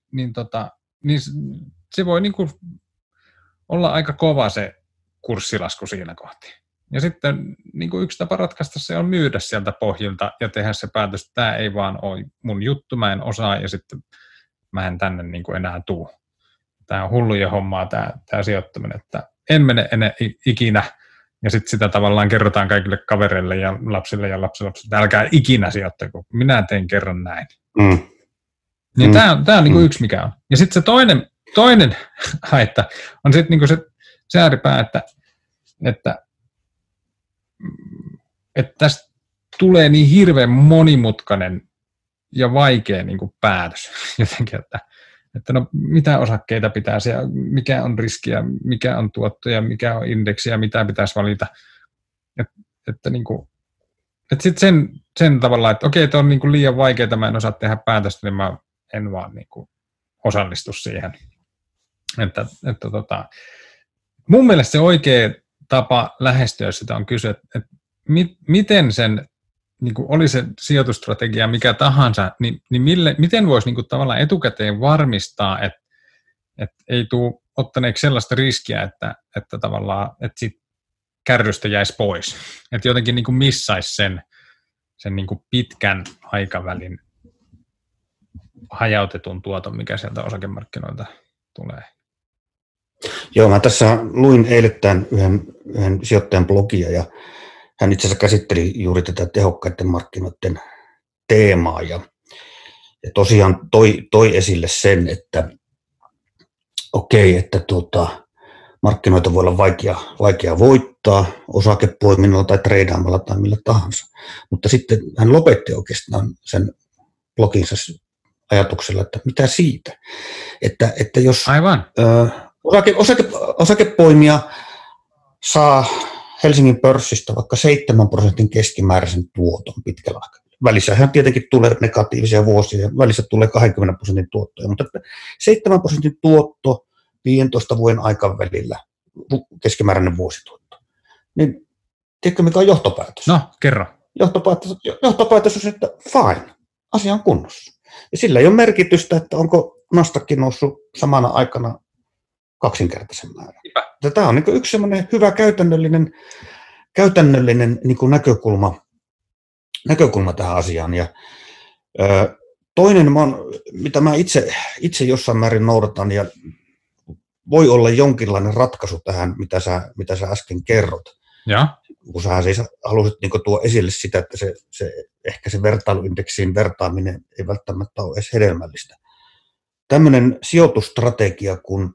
se voi niin kuin olla aika kova se kurssilasku siinä kohti. Ja sitten niin kuin yksi tapa ratkaista se on myydä sieltä pohjilta ja tehdä se päätös, että tämä ei vaan ole mun juttu, mä en osaa ja sitten mä en tänne niin kuin enää tuu. Tämä on hulluja hommaa tämä sijoittaminen, että en mene enää ikinä ja sitten sitä tavallaan kerrotaan kaikille kavereille ja lapsille ja lapsilapsille, että älkää ikinä sijoittako, minä teen kerran näin. Niin tämä on niin kuin yksi mikä on. Ja sitten se toinen haitta on sitten niin kuin se ääripää, että tästä tulee niin hirveän monimutkainen ja vaikea niin kuin päätös jotenkin, että no mitä osakkeita pitää siellä, mikä on riskiä, mikä on tuottoja, mikä on indeksiä, mitä pitäisi valita. Että sitten sen tavalla, että okei, tämä on niin kuin liian vaikeaa, mä en osaa tehdä päätöstä, niin mä en vaan niin kuin osallistu siihen. Mun mielestä se oikea tapa lähestyä sitä on kysyä, että miten sen, niin kuin oli se sijoitustrategia mikä tahansa, niin miten voisi niin kuin tavallaan etukäteen varmistaa, että ei tule ottaneeksi sellaista riskiä, että tavallaan että sit kärrystä jäisi pois. Että jotenkin niin kuin missaisi sen niin kuin pitkän aikavälin hajautetun tuoton, mikä sieltä osakemarkkinoilta tulee. Joo, mä tässä luin eilettäin yhden sijoittajan blogia ja hän itse asiassa käsitteli juuri tätä tehokkaiden markkinoiden teemaa ja tosiaan toi esille sen, että okei, että markkinoita voi olla vaikea voittaa osakepoiminnalla tai treidaamalla tai millä tahansa, mutta sitten hän lopetti oikeastaan sen bloginsa ajatuksella, että mitä siitä, että jos aivan. Osakepoimija saa Helsingin pörssistä vaikka 7% keskimääräisen tuoton pitkällä aikavälillä. Välissähän tietenkin tulee negatiivisia vuosia ja välissä tulee 20% tuottoja, mutta 7% tuotto 15 vuoden aikavälillä keskimääräinen vuosituotto. Niin tiedätkö, mikä on johtopäätös? No, kerro. Johtopäätös on, että fine, asia on kunnossa. Ja sillä ei ole merkitystä, että onko Nasdaq noussut samana aikana kaksinkertaisen määrän. Tämä on niin yksi sellainen hyvä käytännöllinen niin kuin näkökulma tähän asiaan. Ja, toinen, mitä mä itse jossain määrin noudatan, ja voi olla jonkinlainen ratkaisu tähän, mitä sä äsken kerrot. Ja? Kun sä siis halusit niin kuin tuo esille sitä, että ehkä se vertailuindeksiin vertaaminen ei välttämättä ole edes hedelmällistä. Tämmöinen sijoitusstrategia kuin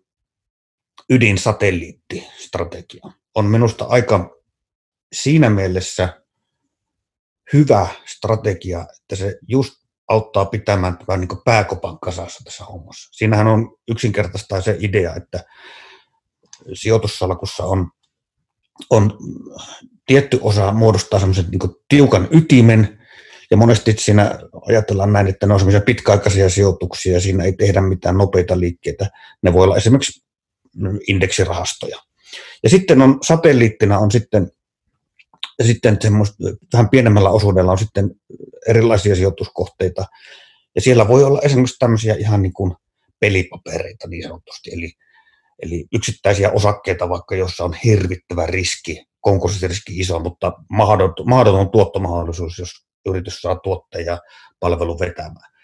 ydinsatelliittistrategia on minusta aika siinä mielessä hyvä strategia, että se just auttaa pitämään niin kuin pääkopan kasassa tässä hommassa. Siinähän on yksinkertaista se idea, että sijoitussalkussa on tietty osa muodostaa semmoisen niin kuin tiukan ytimen, ja monesti siinä ajatellaan näin, että ne on semmoisia pitkäaikaisia sijoituksia, ja siinä ei tehdä mitään nopeita liikkeitä. Ne voi olla esimerkiksi indeksirahastoja. Ja sitten satelliittina on sitten vähän pienemmällä osuudella on sitten erilaisia sijoituskohteita, ja siellä voi olla esimerkiksi tämmöisiä ihan niin kuin pelipapereita niin sanotusti, eli yksittäisiä osakkeita, vaikka jossa on hirvittävä riski, konkurssiriski iso, mutta mahdoton tuottomahdollisuus, jos yritys saa tuotteen ja palvelun vetämään.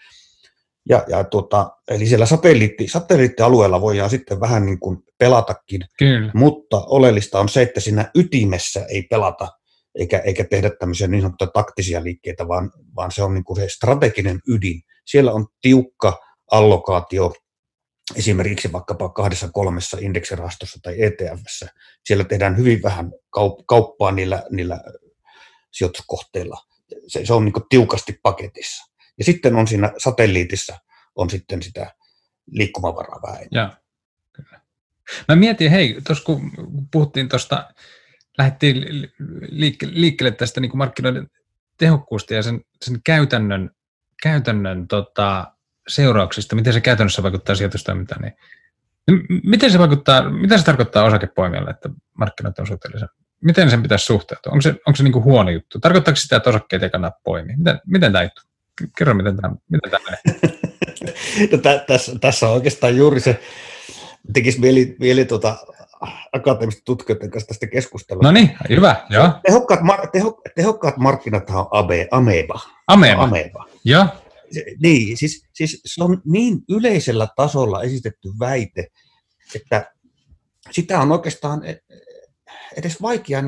Eli siellä satelliittialueella voidaan sitten vähän niin kuin pelatakin, Kyllä. mutta oleellista on se, että siinä ytimessä ei pelata eikä tehdä tämmöisiä niin sanottuja taktisia liikkeitä, vaan se on niin kuin se strateginen ydin. Siellä on tiukka allokaatio esimerkiksi vaikkapa 2-3 indeksirahastossa tai ETF:ssä. Siellä tehdään hyvin vähän kauppaa niillä sijoituskohteilla. Se on niin kuin tiukasti paketissa. Ja sitten on siinä satelliitissa on sitten sitä liikkumavaraa vähän. Joo, kyllä. Mä mietin, tuossa kun puhuttiin tuosta, lähdettiin liikkeelle tästä niin kuin markkinoiden tehokkuusta ja sen käytännön seurauksista, miten se käytännössä vaikuttaa sijoitustoimintaan, niin mitä se tarkoittaa osakepoimijalle, että markkinat on suhteellisen? Miten sen pitäisi suhteutua? Onko se niin kuin huono juttu? Tarkoittaako sitä, että osakkeet ei kannata poimia? Miten tämä juttu? Kerro, miten tämä menee. No, tässä on oikeastaan juuri se, tekisi mieli akateemisten tutkijoiden kanssa tästä keskustelua. No niin, hyvä. Joo. Tehokkaat markkinathan on ameba. Ameba. Joo. Niin, siis se on niin yleisellä tasolla esitetty väite, että sitä on oikeastaan edes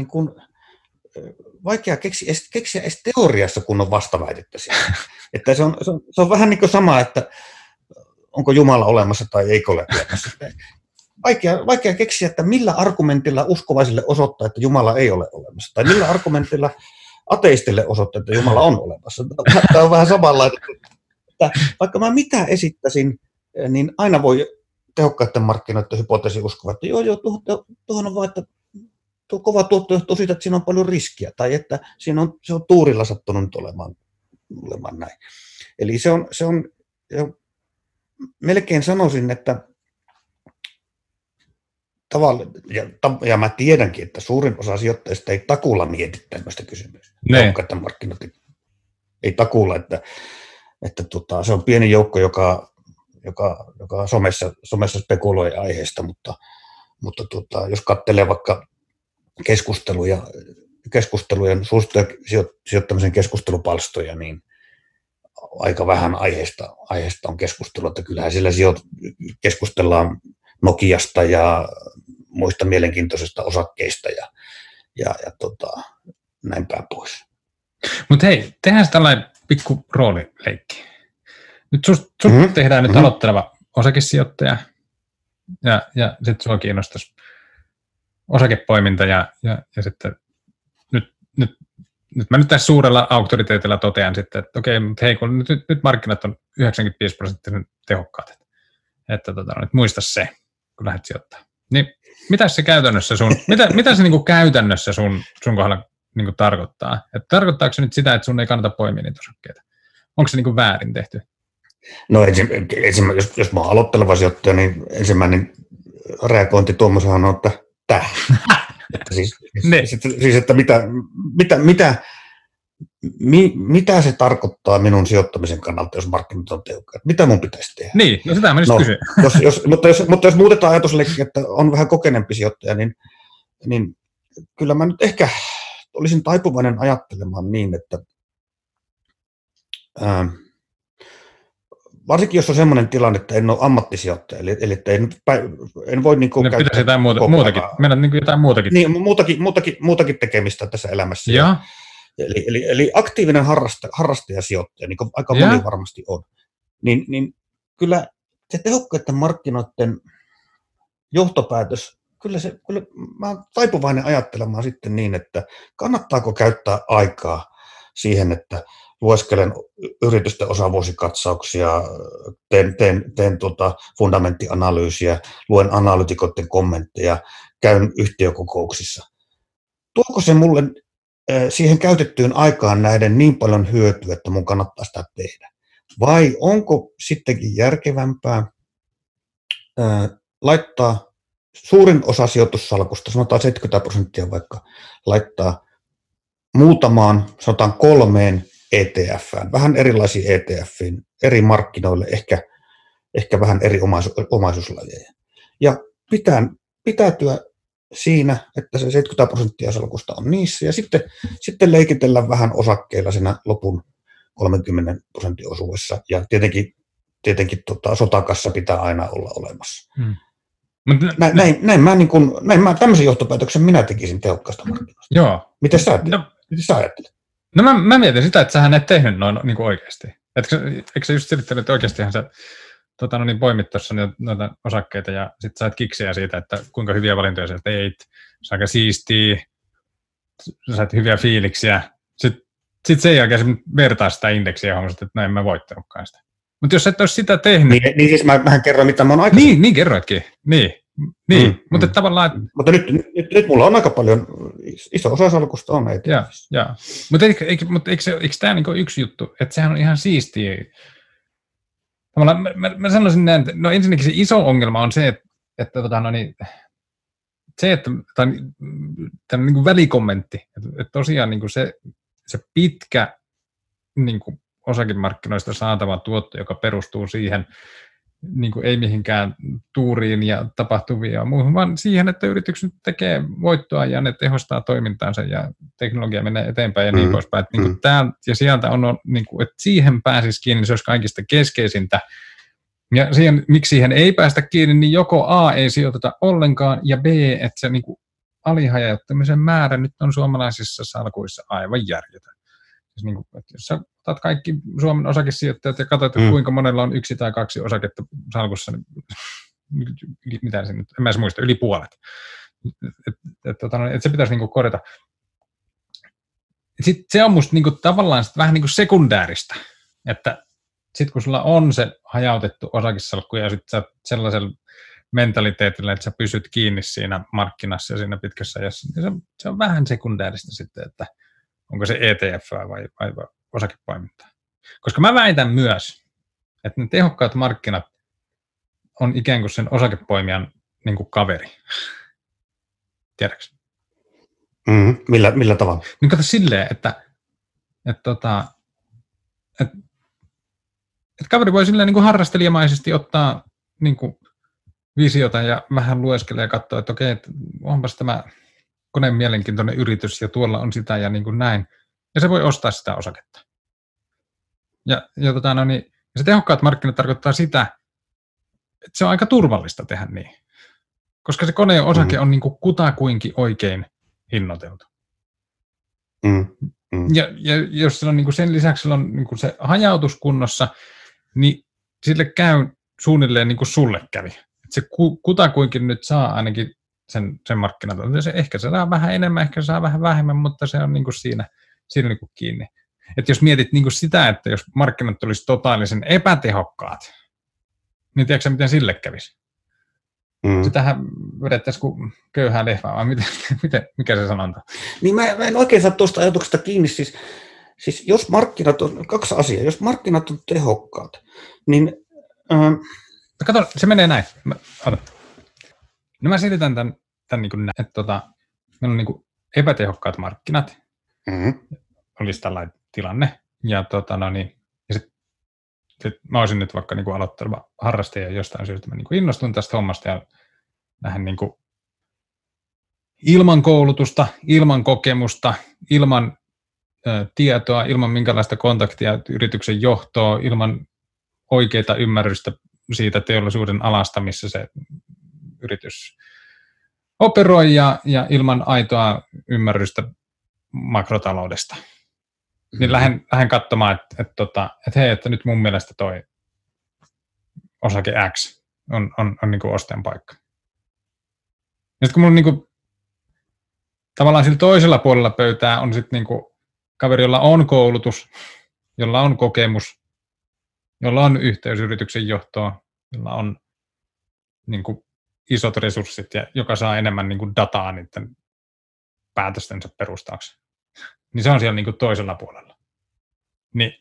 vaikea keksiä edes teoriassa, kun on vastaväitettä siellä. Että se on vähän niin kuin sama, että onko Jumala olemassa tai eikö ole olemassa. Vaikea keksiä, että millä argumentilla uskovaisille osoittaa, että Jumala ei ole olemassa, tai millä argumentilla ateistille osoittaa, että Jumala on olemassa. Tämä on vähän samanlainen. Vaikka mä mitä esittäisin, niin aina voi tehokkaiden markkinoiden hypoteesi uskoa, että tuohon on vaan, että tuo kova tuotto johtuu siitä, että siinä on paljon riskiä, tai että se on tuurilla sattunut nyt olemaan näin. Eli se on melkein sanoisin, että ja mä tiedänkin, että suurin osa sijoittajista ei takuulla mieti tämmöistä kysymystä. Tehokkaiden markkinat ei takuulla, että se on pieni joukko, joka somessa spekuloi aiheesta, mutta jos katselee vaikka keskustelujen suosittuja sijoittamisen keskustelupalstoja, niin aika vähän aiheesta on keskustelua, että kyllähän siellä keskustellaan Nokiasta ja muista mielenkiintoisista osakkeista ja näin päin pois. Mutta hei, tehdään tällainen pikku roolileikki. Nyt tehdään nyt aloitteleva osakesijoittaja ja sitten sua kiinnostaisi osakepoiminta ja sitten nyt mä nyt tässä suurella auktoriteetilla totean sitten, että okei, mutta hei, kun nyt markkinat on 95% tehokkaat, että nyt muista se, kun lähdet sijoittamaan. Niin mitä se käytännössä mitä se niinku käytännössä sun kohdalla niinku tarkoittaa? Että tarkoittaako se nyt sitä, että sun ei kannata poimia niitä osakkeita? Onko se niinku väärin tehty? No jos mä oon aloitteleva sijoittaja, niin ensimmäinen reagointi tuommoisenhan on, että että mitä se tarkoittaa minun sijoittamisen kannalta, jos markkinat on tehokkaat? Mitä mun pitäisi tehdä? Niin, no sitä mä nyt kysyn. Mutta jos muutetaan ajatusleikkiä, että on vähän kokeneempi sijoittaja, niin kyllä mä nyt ehkä olisin taipuvainen ajattelemaan niin, että varsinkin jos on sellainen tilanne, että en ole ammattisijoittaja, eli että en voi niin käyttää... Pitäisi jotain muutakin, mennään niin jotain muutakin. Niin, muutakin tekemistä tässä elämässä. Ja. Eli aktiivinen harrastajasijoittaja, niin kuin aika moni varmasti on. Niin kyllä se tehokkaiden markkinoiden johtopäätös, kyllä mä olen taipuvainen ajattelemaan sitten niin, että kannattaako käyttää aikaa siihen, että lueskelen yritysten osavuosikatsauksia, teen fundamenttianalyysiä, luen analytikoiden kommentteja, käyn yhtiökokouksissa. Tuoko se mulle siihen käytettyyn aikaan näiden niin paljon hyötyä, että mun kannattaa sitä tehdä? Vai onko sittenkin järkevämpää laittaa suurin osa sijoitussalkusta, sanotaan 70% vaikka, laittaa muutamaan, sanotaan 3 ETF:ään, vähän erilaisiin ETF:iin, eri markkinoille, ehkä vähän eri omaisuuslajeja. Ja pitäytyä siinä, että se 70% salkusta on niissä, ja sitten leikitellä vähän osakkeilla siinä lopun 30% osuudessa, ja tietenkin sotakassa pitää aina olla olemassa. Näin mä tämmöisen johtopäätöksen minä tekisin tehokkaasta markkinoista. Joo. Miten sä ajattelet? No mä mietin sitä, että sähän et tehnyt noin niin kuin oikeasti. Eikö sä just selittänyt, että oikeastihan sä poimit tuossa noita osakkeita ja sit sait kiksiä siitä, että kuinka hyviä valintoja sä teit. Se on aika siistiä, sä sait hyviä fiiliksiä. Sitten sen jälkeen sä vertaa sitä indeksiä ja huomasit, että en mä voittanutkaan sitä. Mutta jos et olisi sitä tehnyt... Niin siis mähän kerroin, mitä mä oon aikaisemmin. Niin kerroitkin. Mutta tavallaan... Mutta nyt mulla on aika paljon, iso osa salkusta on näitä. Joo. Mutta eikö tämä niinku yksi juttu, että sehän on ihan siistiä? Tavallaan mä sanoisin näin, että no ensinnäkin se iso ongelma on se, että tämä niinku välikommentti, että tosiaan niinku se pitkä niinku osakemarkkinoista saatava tuotto, joka perustuu siihen, niin kuin ei mihinkään tuuriin ja tapahtuviin ja muuhun, vaan siihen, että yritykset tekee voittoa ja ne tehostaa toimintaansa ja teknologia menee eteenpäin ja niin poispäin. Että, niin kuin täältä ja sieltä on, niin kuin, että siihen pääsisi kiinni, se olisi kaikista keskeisintä. Ja miksi siihen ei päästä kiinni, niin joko A, ei sijoiteta ollenkaan, ja B, että se niin kuin alihajauttamisen määrä nyt on suomalaisissa salkuissa aivan järjetön. Siis niin kuin, että jos sä otat kaikki Suomen osakesijoittajat ja katsot, että kuinka monella on 1 tai 2 osaketta salkussa, niin mitä se nyt, en mä edes muista, yli puolet. Että se pitäisi niin kuin korjata. Sitten se on musta niin kuin tavallaan vähän niin kuin sekundääristä, että sitten kun sulla on se hajautettu osakesalkku ja sitten sä sellaisella mentaliteetillä, että sä pysyt kiinni siinä markkinassa ja siinä pitkässä ajassa, niin se on vähän sekundääristä sitten, että onko se ETF vai osakepoimintaa. Koska mä väitän myös, että ne tehokkaat markkinat on ikään kuin sen osakepoimijan niin kuin kaveri. Tiedätkö? Millä tavalla? Niin kato silleen, että kaveri voi silleen niin kuin harrastelijamaisesti ottaa niin kuin visiota ja vähän lueskella ja katsoa, että okei, että onpas tämä koneen mielenkiintoinen yritys ja tuolla on sitä ja niin kuin näin. Ja se voi ostaa sitä osaketta. Ja se tehokkaat markkinat tarkoittaa sitä, että se on aika turvallista tehdä niin. Koska se koneen osake on niin kuin kutakuinkin oikein hinnoiteltu. Ja jos on niin kuin sen lisäksi on niin kuin se hajautus kunnossa, niin sille käy suunnilleen niin kuin sulle kävi. Et se kutakuinkin nyt saa ainakin sen markkinat. Ehkä se saa vähän enemmän, ehkä se saa vähän vähemmän, mutta se on niin kuin siinä niin kuin kiinni. Et jos mietit niin kuin sitä, että jos markkinat olisi totaalisen epätehokkaat, niin tiedätkö miten sille kävisi? Sitähän vedettäisiin kuin köyhää lehmää, vai mikä se sanonta? Niin mä en oikein saa tuosta ajatuksesta kiinni. Siis jos markkinat on, 2 asiaa, jos markkinat on tehokkaat, niin... Kato, se menee näin. No mä selitän tämän niin kuin, että meillä on niin kuin epätehokkaat markkinat, olisi tällainen tilanne, ja, ja sit mä olisin nyt vaikka niin kuin aloitteleva harrastaja jostain syystä, mä niin kuin innostun tästä hommasta ja lähden niin kuin ilman koulutusta, ilman kokemusta, ilman tietoa, ilman minkälaista kontaktia yrityksen johtoa, ilman oikeaa ymmärrystä siitä teollisuuden alasta, missä se yritys operoi ja ilman aitoa ymmärrystä makrotaloudesta. Niin lähden katsomaan, että hei, että nyt mun mielestä toi osake X on niin kuin ostajan paikka. Ja sitten kun mulla niin kuin, tavallaan sillä toisella puolella pöytää on sitten niin kuin kaveri, jolla on koulutus, jolla on kokemus, jolla on yhteys yrityksen johtoon, jolla on niin kuin isot resurssit ja joka saa enemmän niin kuin dataa niiden päätöstensä perustaksi. Niin se on siellä niin kuin toisella puolella. Niin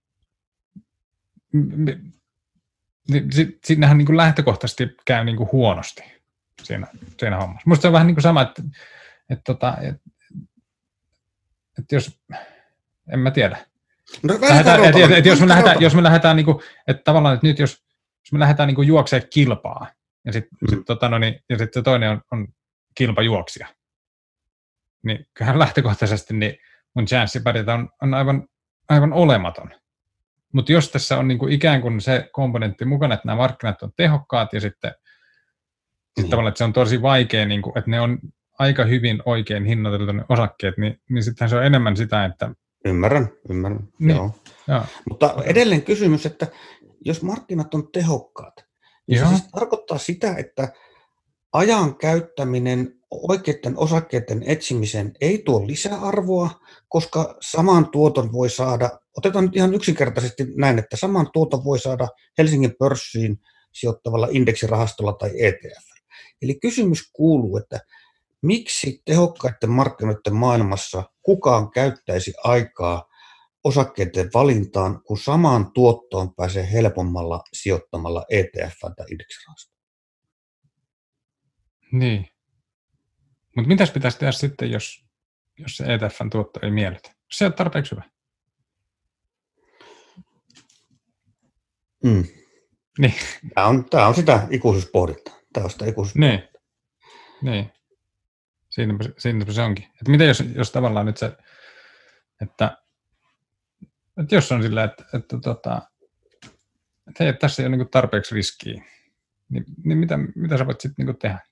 siinähän niin kuin lähtökohtaisesti käy niin kuin huonosti siinä hommassa. Musta se on vähän niin kuin sama, että jos, en mä tiedä. No, jos me lähdetään niin kuin, että tavallaan, että nyt jos me lähdetään niin kuin juoksemaan kilpaa, ja sitten sit toinen on kilpajuoksija, niin kyllähän lähtökohtaisesti niin mun chanssi pärjätä on aivan olematon. Mutta jos tässä on niinku ikään kuin se komponentti mukana, että nämä markkinat on tehokkaat ja sitten tavallaan, että se on tosi vaikea, niinku, että ne on aika hyvin oikein hinnoiteltu ne osakkeet, niin sittenhän se on enemmän sitä, että... Ymmärrän, niin, joo. Mutta edelleen kysymys, että jos markkinat on tehokkaat, niin se siis tarkoittaa sitä, että ajan käyttäminen oikeiden osakkeiden etsimiseen ei tuo lisäarvoa, koska saman tuoton voi saada, otetaan nyt ihan yksinkertaisesti näin, että saman tuoton voi saada Helsingin pörssiin sijoittavalla indeksirahastolla tai ETF. Eli kysymys kuuluu, että miksi tehokkaiden markkinoiden maailmassa kukaan käyttäisi aikaa osakkeiden valintaan, kun samaan tuottoon pääsee helpommalla sijoittamalla ETF tai indeksirahastoon? Niin. Mutta mitäs pitäisi tehdä sitten, jos se ETF:n tuotto ei miellytä? Se on tarpeeksi hyvä. Niin. Tämä on sitä ikuisuuspohdintaa. Niin. Siinäpä se onkin. Että mitä jos tavallaan nyt se, että jos on sillä, että hei, tässä ei ole niinku tarpeeksi riskiä, niin mitä sä voit sitten niinku tehdä?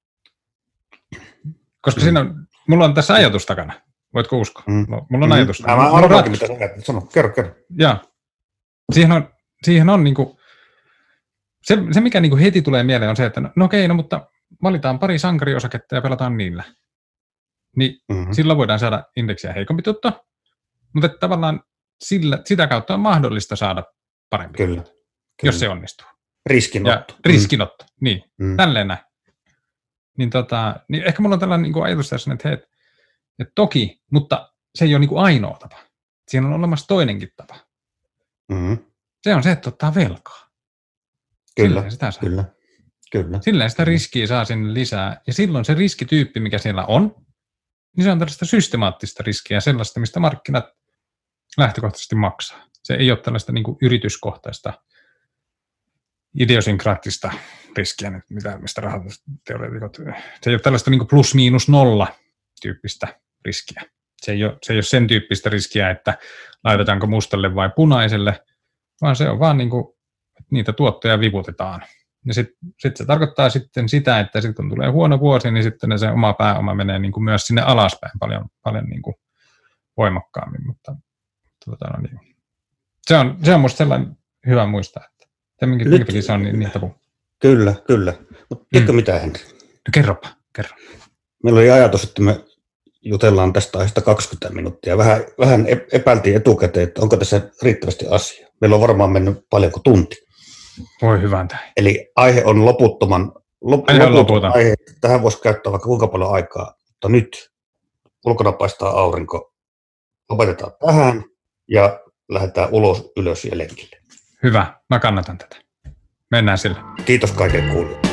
Koska mulla on tässä ajatus takana. Voitko uskoa? Mulla on ajatus takana. Mä arvoinkin, mitä sä ajattelet. Sano, kerro. Joo. Siihen on niinku, se mikä niinku heti tulee mieleen on se, että mutta valitaan pari sankariosaketta ja pelataan niillä. Niin silloin voidaan saada indeksiä heikompi tuotto, mutta tavallaan sitä kautta on mahdollista saada parempi. Kyllä. Jos se onnistuu. Riskinotto. Niin, tälleen näin. Niin ehkä mulla on tällainen niin kuin ajatus tässä, että toki, mutta se ei ole niin kuin ainoa tapa. Siinä on olemassa toinenkin tapa. Se on se, että ottaa velkaa. Kyllä. Silleen sitä riskiä saa sinne lisää. Ja silloin se riskityyppi, mikä siellä on, niin se on tällaista systemaattista riskiä, sellaista, mistä markkinat lähtökohtaisesti maksaa. Se ei ole tällaista niin kuin yrityskohtaista, idiosynkraattista riskiä, mistä rahoitusteoreetikot. Se ei ole tällaista niin kuin plus-miinus-nolla tyyppistä riskiä. Se ei ole sen tyyppistä riskiä, että laitetaanko mustalle vai punaiselle, vaan se on vaan niin kuin, että niitä tuottoja vivutetaan. Ja sitten se tarkoittaa sitten sitä, että sitten kun tulee huono vuosi, niin sitten se oma pääoma menee niin kuin myös sinne alaspäin paljon niin kuin voimakkaammin. Mutta niin. Se on musta sellainen hyvä muistaa, että minkä takia se on niin tabu. Kyllä. Mutta tiedätkö mitä, Henri? No kerro. Meillä oli ajatus, että me jutellaan tästä aiheesta 20 minuuttia. Vähän epäiltiin etukäteen, että onko tässä riittävästi asiaa. Meillä on varmaan mennyt paljon kuin tunti. Voi hyvän tähän. Eli aihe on loputtoman aihe. Tähän voisi käyttää vaikka kuinka paljon aikaa. Mutta nyt ulkona paistaa aurinko. Lopetetaan tähän ja lähdetään ylös ja lenkille. Hyvä, mä kannatan tätä. Mennään sillä. Kiitos kaikille kuulijoille.